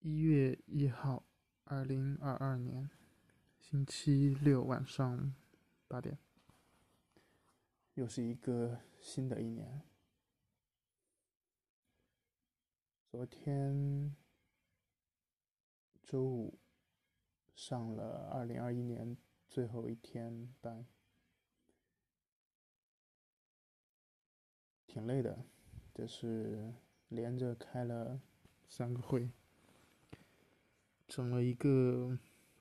1月1号，2022年，星期六晚上8点，又是一个新的一年。昨天周五上了2021年最后一天班，挺累的，就是连着开了3个会，整了一个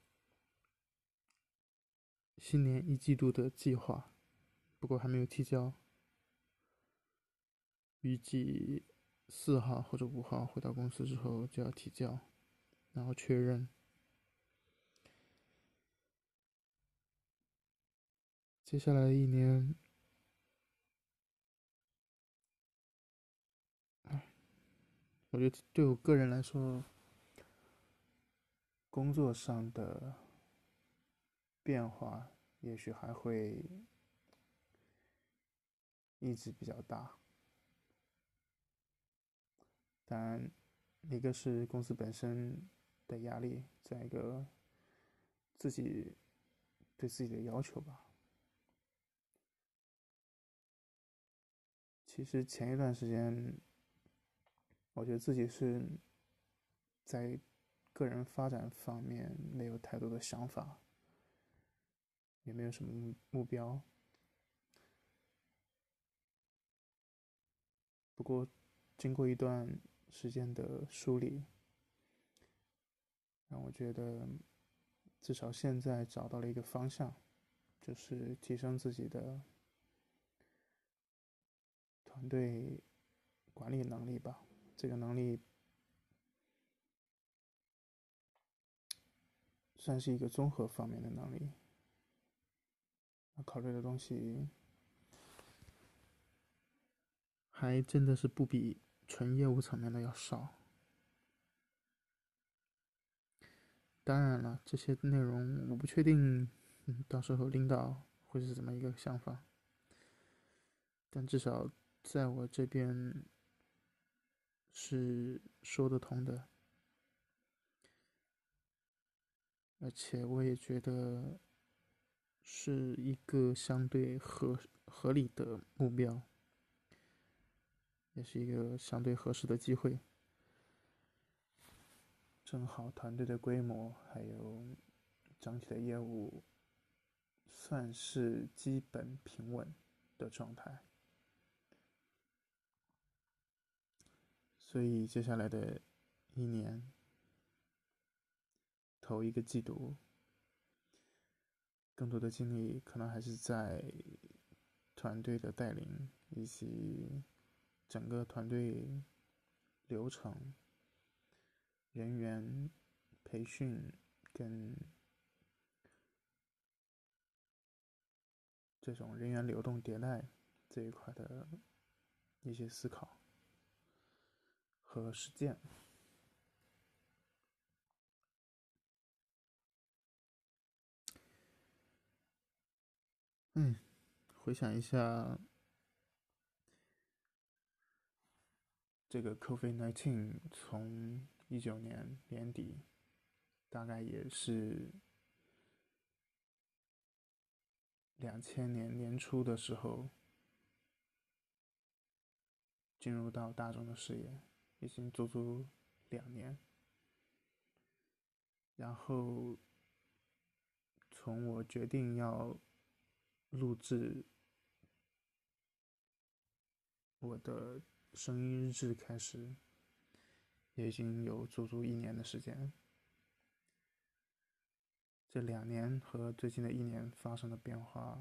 新年1季度的计划，不过还没有提交，预计4号或者5号回到公司之后就要提交，然后确认。接下来的一年，我觉得对我个人来说，工作上的变化也许还会一直比较大。当然，一个是公司本身的压力，再一个自己对自己的要求吧。其实前一段时间，我觉得自己是在个人发展方面没有太多的想法，也没有什么目标。不过，经过一段时间的梳理，让我觉得至少现在找到了一个方向，就是提升自己的团队管理能力吧。这个能力算是一个综合方面的能力，考虑的东西还真的是不比纯业务层面的要少。当然了，这些内容我不确定，到时候领导会是怎么一个想法，但至少在我这边是说得通的，而且我也觉得是一个相对合理的目标，也是一个相对合适的机会。正好团队的规模还有整体的业务算是基本平稳的状态，所以接下来的一年头一个季度，更多的精力可能还是在团队的带领以及整个团队流程、人员培训跟这种人员流动迭代这一块的一些思考和实践。回想一下，这个 COVID-19 从19年年底，大概也是2000年年初的时候进入到大众的视野，已经足足2年。然后从我决定要录制我的声音日志开始，也已经有足足1年的时间。这2年和最近的1年发生的变化，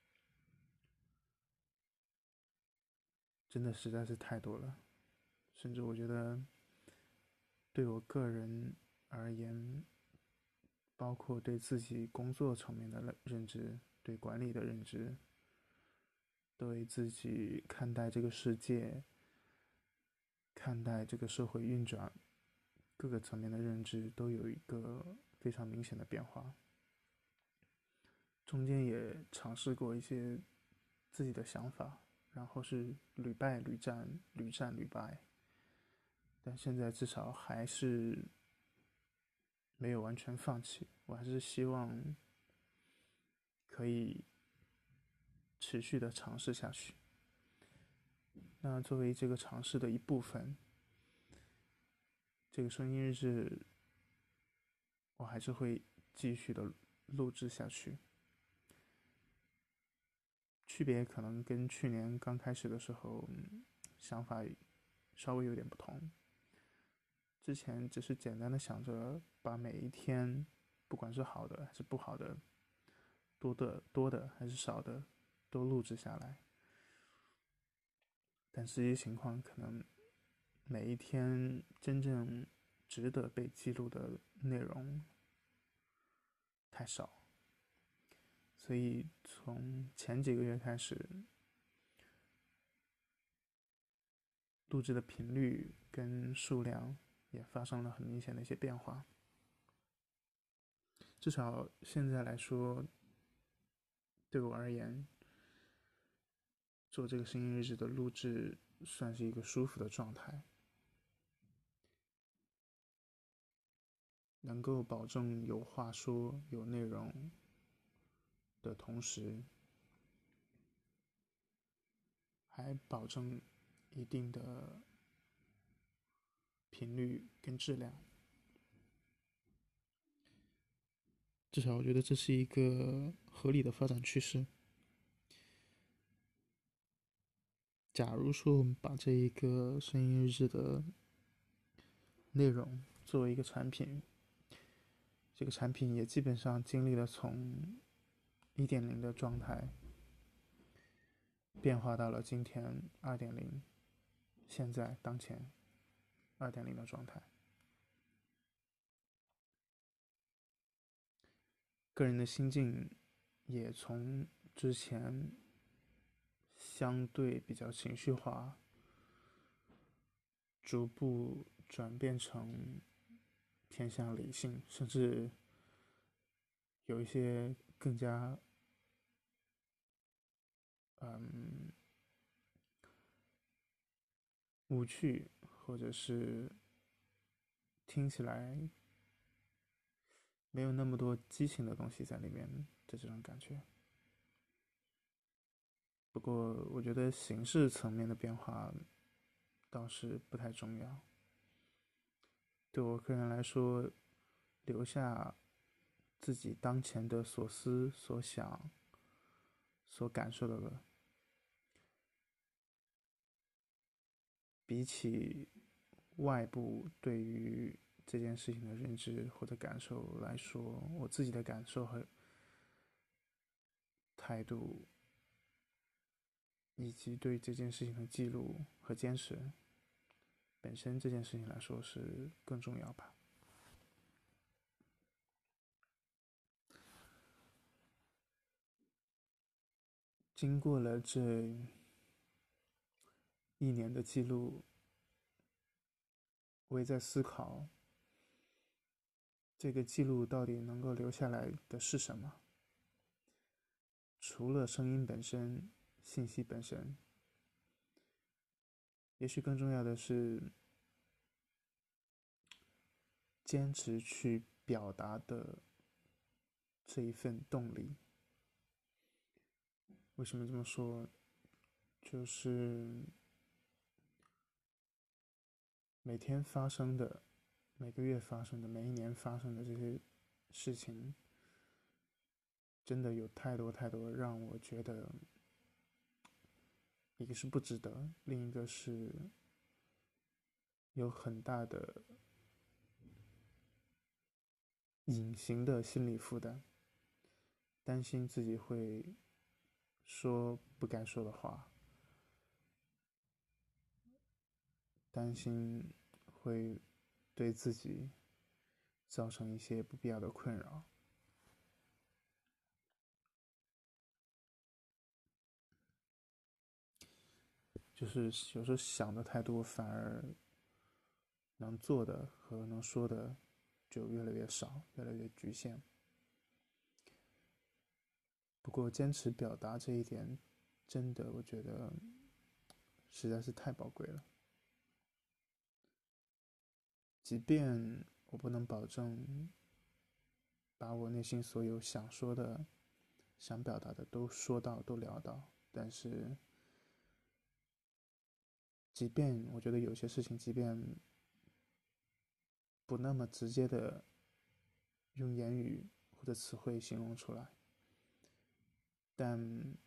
真的实在是太多了，甚至我觉得对我个人而言，包括对自己工作层面的认知，对管理的认知，对自己看待这个世界、看待这个社会运转各个层面的认知，都有一个非常明显的变化。中间也尝试过一些自己的想法，然后是屡败屡战，屡战屡败，但现在至少还是没有完全放弃，我还是希望可以持续的尝试下去。那作为这个尝试的一部分，这个声音日志我还是会继续的录制下去。区别可能跟去年刚开始的时候，想法稍微有点不同。之前只是简单的想着把每一天，不管是好的还是不好的，多的还是少的，都录制下来。但实际情况可能每一天真正值得被记录的内容太少，所以从前几个月开始，录制的频率跟数量也发生了很明显的一些变化。至少现在来说，对我而言，做这个声音日志的录制算是一个舒服的状态，能够保证有话说、有内容的同时，还保证一定的频率跟质量。至少我觉得这是一个合理的发展趋势。假如说我们把这一个声音日志的内容作为一个产品，这个产品也基本上经历了从1.0的状态变化到了今天2.0，现在当前2.0的状态。个人的心境也从之前相对比较情绪化，逐步转变成偏向理性，甚至有一些更加嗯无趣，或者是听起来没有那么多激情的东西在里面的这种感觉。不过我觉得形式层面的变化倒是不太重要。对我个人来说，留下自己当前的所思所想、所感受的，比起外部对于这件事情的认知或者感受来说，我自己的感受和态度，以及对这件事情的记录和坚持，本身这件事情来说是更重要吧。经过了这1年的记录，我也在思考，这个记录到底能够留下来的是什么？除了声音本身、信息本身，也许更重要的是坚持去表达的这一份动力。为什么这么说？就是每天发生的、每个月发生的、每一年发生的这些事情，真的有太多太多让我觉得，一个是不值得，另一个是有很大的隐形的心理负担，担心自己会说不该说的话，担心会对自己造成一些不必要的困扰。就是有时候想的太多，反而能做的和能说的就越来越少，越来越局限。不过坚持表达这一点，真的我觉得实在是太宝贵了。即便我不能保证把我内心所有想说的、想表达的都说到、都聊到。但是，即便我觉得有些事情，即便不那么直接的用言语或者词汇形容出来，但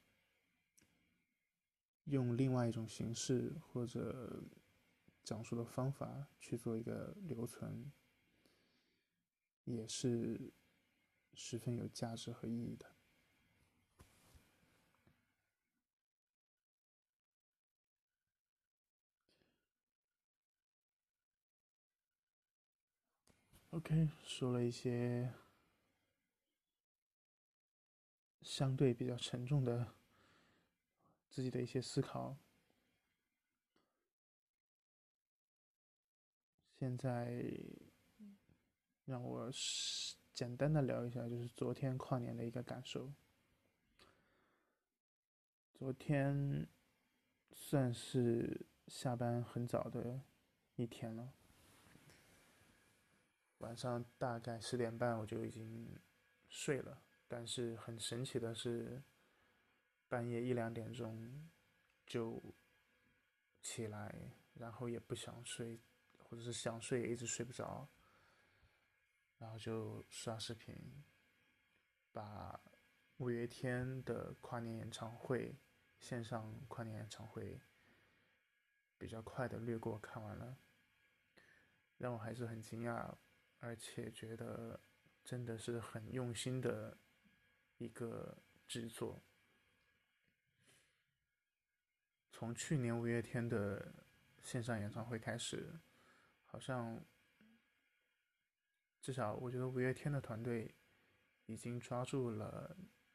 用另外一种形式或者讲述的方法去做一个留存，也是十分有价值和意义的。OK，说了一些相对比较沉重的自己的一些思考，现在让我简单的聊一下，就是昨天跨年的一个感受。昨天算是下班很早的一天了，晚上大概10点半我就已经睡了，但是很神奇的是，半夜1、2点钟就起来，然后也不想睡，或者是想睡也一直睡不着，然后就刷视频，把五月天的跨年演唱会线上跨年演唱会比较快的略过看完了，让我还是很惊讶，而且觉得真的是很用心的一个制作。从去年五月天的线上演唱会开始，好像至少我觉得五月天的团队已经抓住了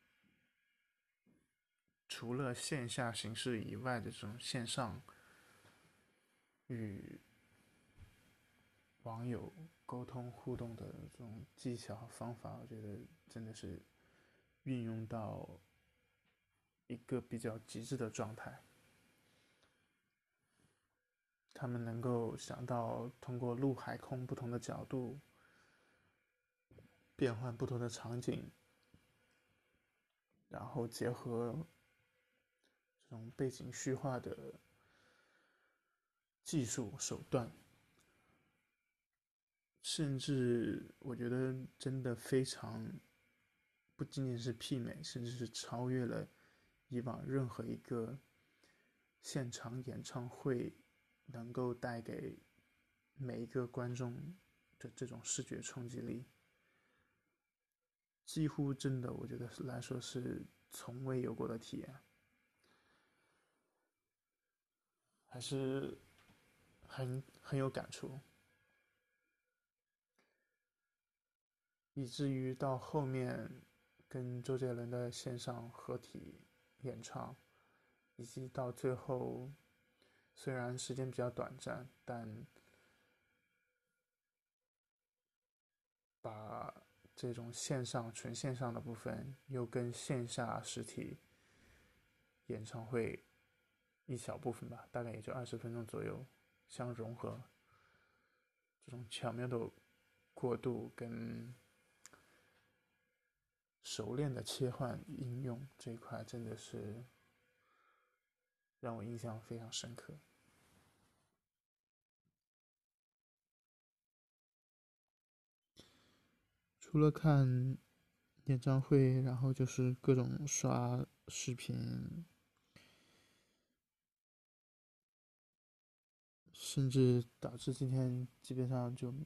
除了线下形式以外的这种线上与网友沟通互动的这种技巧和方法，我觉得真的是运用到一个比较极致的状态。他们能够想到通过陆海空不同的角度，变换不同的场景，然后结合这种背景虚化的技术手段，甚至我觉得真的非常不仅仅是媲美，甚至是超越了以往任何一个现场演唱会能够带给每一个观众的这种视觉冲击力，几乎真的我觉得来说是从未有过的体验，还是很有感触，以至于到后面跟周杰伦的线上合体演唱，以及到最后虽然时间比较短暂，但把这种纯线上的部分又跟线下实体演唱会一小部分吧，大概也就20分钟左右相融合，这种巧妙的过渡跟熟练的切换应用这一块真的是让我印象非常深刻。除了看演唱会，然后就是各种刷视频，甚至导致今天基本上就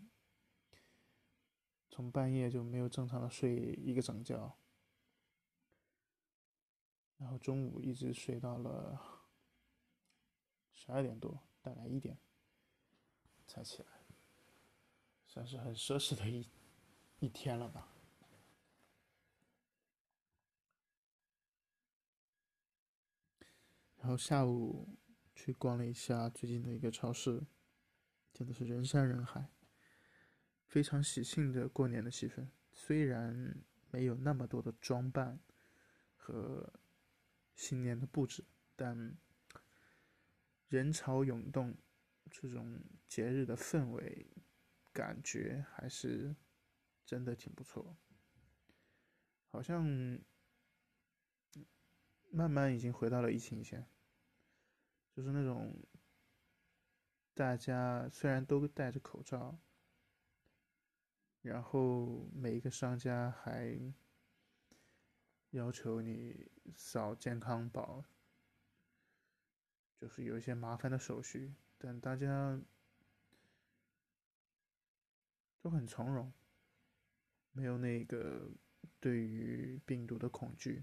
从半夜就没有正常的睡一个整觉，然后中午一直睡到了12点多，大概1点才起来，算是很奢侈的一天了吧。然后下午去逛了一下最近的一个超市，真的是人山人海，非常喜庆的过年的气氛。虽然没有那么多的装扮和新年的布置，但人潮涌动，这种节日的氛围感觉还是真的挺不错。 好像慢慢已经回到了疫情前，就是那种大家虽然都戴着口罩，然后每一个商家还要求你扫健康宝，就是有一些麻烦的手续，但大家都很从容，没有那个对于病毒的恐惧，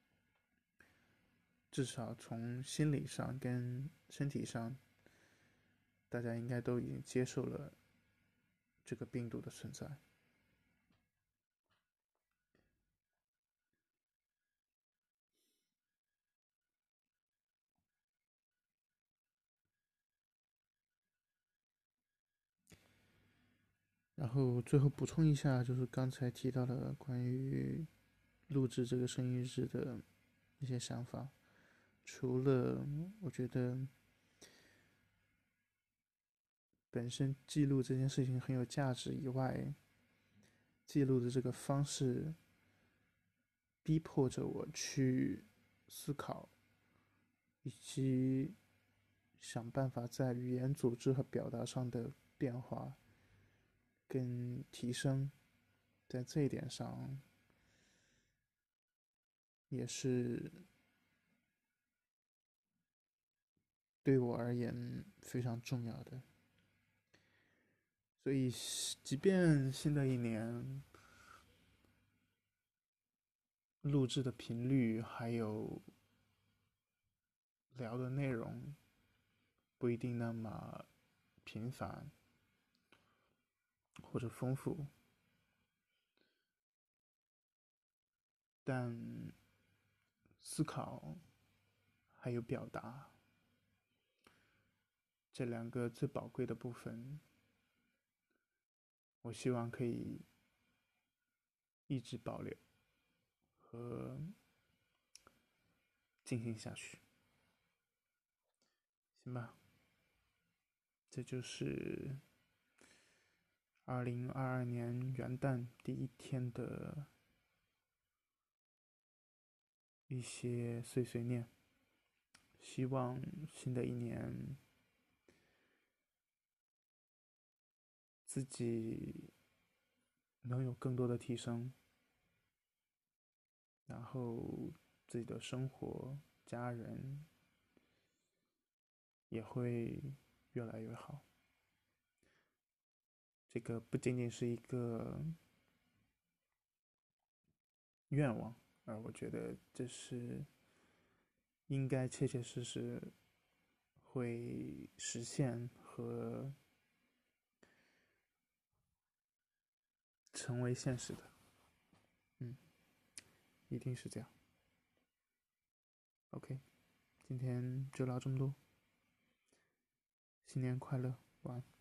至少从心理上跟身体上，大家应该都已经接受了这个病毒的存在。然后最后补充一下，就是刚才提到的关于录制这个声音日的一些想法。除了我觉得本身记录这件事情很有价值以外，记录的这个方式逼迫着我去思考，以及想办法在语言组织和表达上的变化跟提升，在这一点上也是对我而言非常重要的。所以，即便新的一年录制的频率还有聊的内容不一定那么频繁或者丰富，但思考还有表达这两个最宝贵的部分，我希望可以一直保留和进行下去，行吧？这就是2022年元旦第一天的一些碎碎念。希望新的一年自己能有更多的提升，然后自己的生活、家人也会越来越好。这个不仅仅是一个愿望，而我觉得这是应该切切实实会实现和成为现实的。嗯，一定是这样。OK，今天就聊这么多，新年快乐，晚安。